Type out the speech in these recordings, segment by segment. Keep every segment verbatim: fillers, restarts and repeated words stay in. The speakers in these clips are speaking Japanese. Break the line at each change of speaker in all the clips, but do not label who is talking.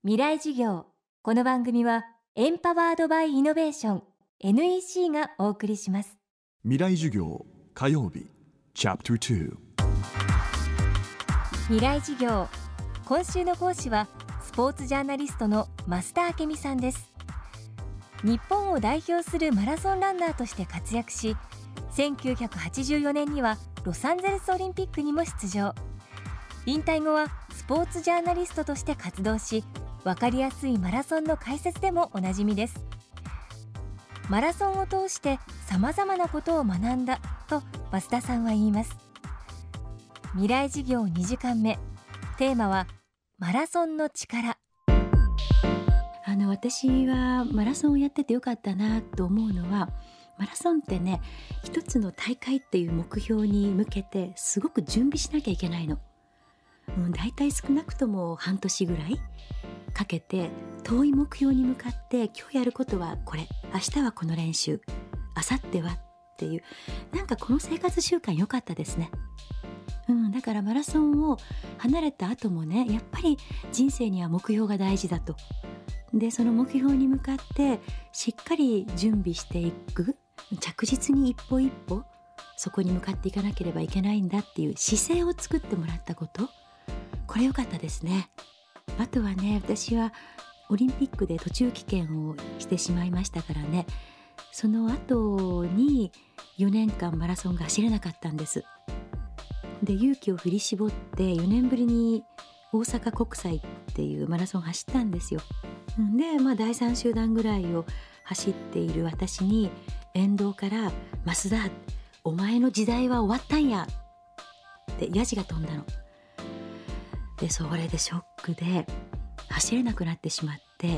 未来事業。この番組はエンパワードバイイノベーション エヌイーシー がお送りします。
未来授業火曜日チャプターに。
未来事業、今週の講師はスポーツジャーナリストの増田明美さんです。日本を代表するマラソンランナーとして活躍し、せんきゅうひゃくはちじゅうよねんにはロサンゼルスオリンピックにも出場。引退後はスポーツジャーナリストとして活動し、分かりやすいマラソンの解説でもおなじみです。マラソンを通してさまざまなことを学んだと増田さんは言います。未来事業にじかんめ、テーマはマラソンの力。
あの私はマラソンをやっててよかったなと思うのは、マラソンってね、一つの大会っていう目標に向けてすごく準備しなきゃいけないの。うん、だいたい少なくとも半年ぐらいかけて遠い目標に向かって、今日やることはこれ、明日はこの練習、明後日はっていう、なんかこの生活習慣良かったですね。うん、だからマラソンを離れた後もね、やっぱり人生には目標が大事だと。でその目標に向かってしっかり準備していく、着実に一歩一歩そこに向かっていかなければいけないんだっていう姿勢を作ってもらったこと、これ良かったですね。あとはね、私はオリンピックで途中棄権をしてしまいましたからね、その後によねんかんマラソンが走れなかったんです。で勇気を振り絞ってよねんぶりに大阪国際っていうマラソンを走ったんですよ。で、まあ、だいさん集団ぐらいを走っている私に沿道から「増田、お前の時代は終わったんや」ってヤジが飛んだの。でそれでショックで走れなくなってしまって、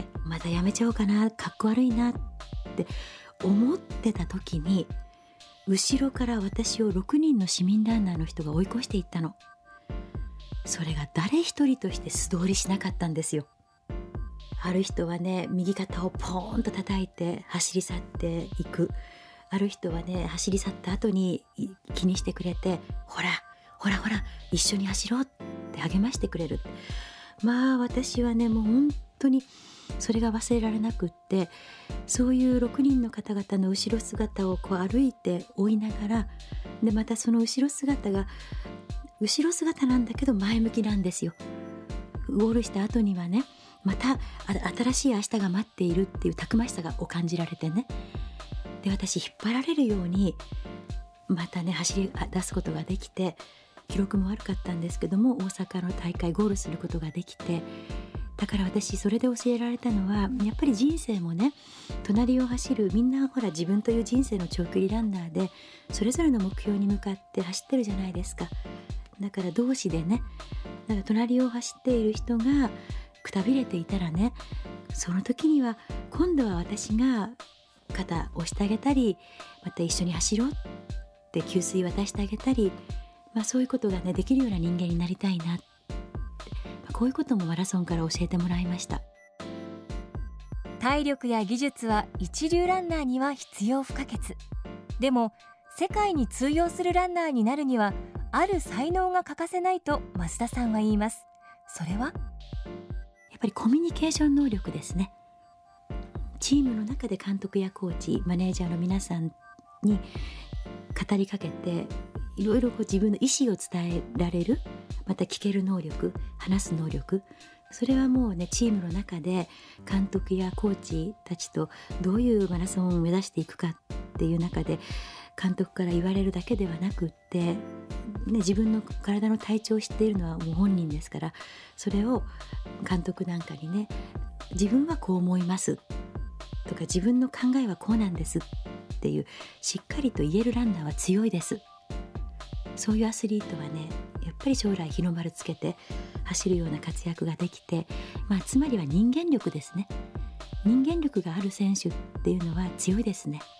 またやめちゃおうかな、かっこ悪いなって思ってた時に、後ろから私をろくにんの市民ランナーの人が追い越していったの。それが誰一人として素通りしなかったんですよ。ある人はね、右肩をポーンと叩いて走り去っていく。ある人はね、走り去った後に気にしてくれて、ほらほらほら一緒に走ろうって励ましてくれる。まあ私はね、もう本当にそれが忘れられなくって、そういうろくにんの方々の後ろ姿をこう歩いて追いながら、でまたその後ろ姿が後ろ姿なんだけど前向きなんですよ。ゴールした後にはね、また新しい明日が待っているっていうたくましさを感じられてね、で私引っ張られるようにまたね走り出すことができて、記録も悪かったんですけども大阪の大会ゴールすることができて、だから私それで教えられたのは、やっぱり人生もね、隣を走るみんなほら自分という人生の長距離ランナーでそれぞれの目標に向かって走ってるじゃないですか。だから同志でね、だから隣を走っている人がくたびれていたらね、その時には今度は私が肩押してあげたり、また一緒に走ろうって給水渡してあげたり、まあ、そういうことがねできるような人間になりたいなって、まあ、こういうこともマラソンから教えてもらいました。
体力や技術は一流ランナーには必要不可欠。でも世界に通用するランナーになるにはある才能が欠かせないと増田さんは言います。それは
やっぱりコミュニケーション能力ですね。チームの中で監督やコーチ、マネージャーの皆さんに語りかけて、いろいろこう自分の意思を伝えられる、また聞ける能力、話す能力、それはもうねチームの中で監督やコーチたちとどういうマラソンを目指していくかっていう中で、監督から言われるだけではなくって、ね、自分の体の体調を知っているのはもう本人ですから、それを監督なんかにね、自分はこう思いますとか、自分の考えはこうなんですっていうしっかりと言えるランナーは強いです。そういうアスリートはね、やっぱり将来日の丸つけて走るような活躍ができて、まあ、つまりは人間力ですね。人間力がある選手っていうのは強いですね。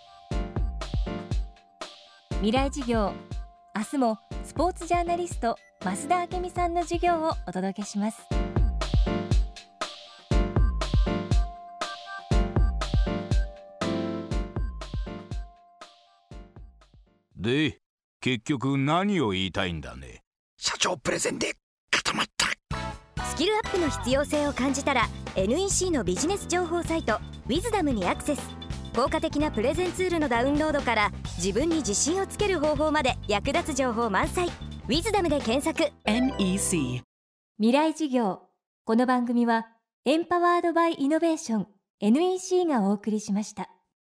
未来事業、明日もスポーツジャーナリスト増田明美さんの授業をお届けします。
で、結局何を言いたいんだね。
社長プレゼンで固まった。
スキルアップの必要性を感じたら
エヌイーシー のビジネス情報サイトウィズダムにアクセス。効果的なプレゼンツールのダウンロードから自分に自信をつける方法まで役立つ情報満載。ウィズダムで検索。
エヌイーシー
未来事業。この番組はエンパワードバイイノベーション エヌイーシー がお送りしました。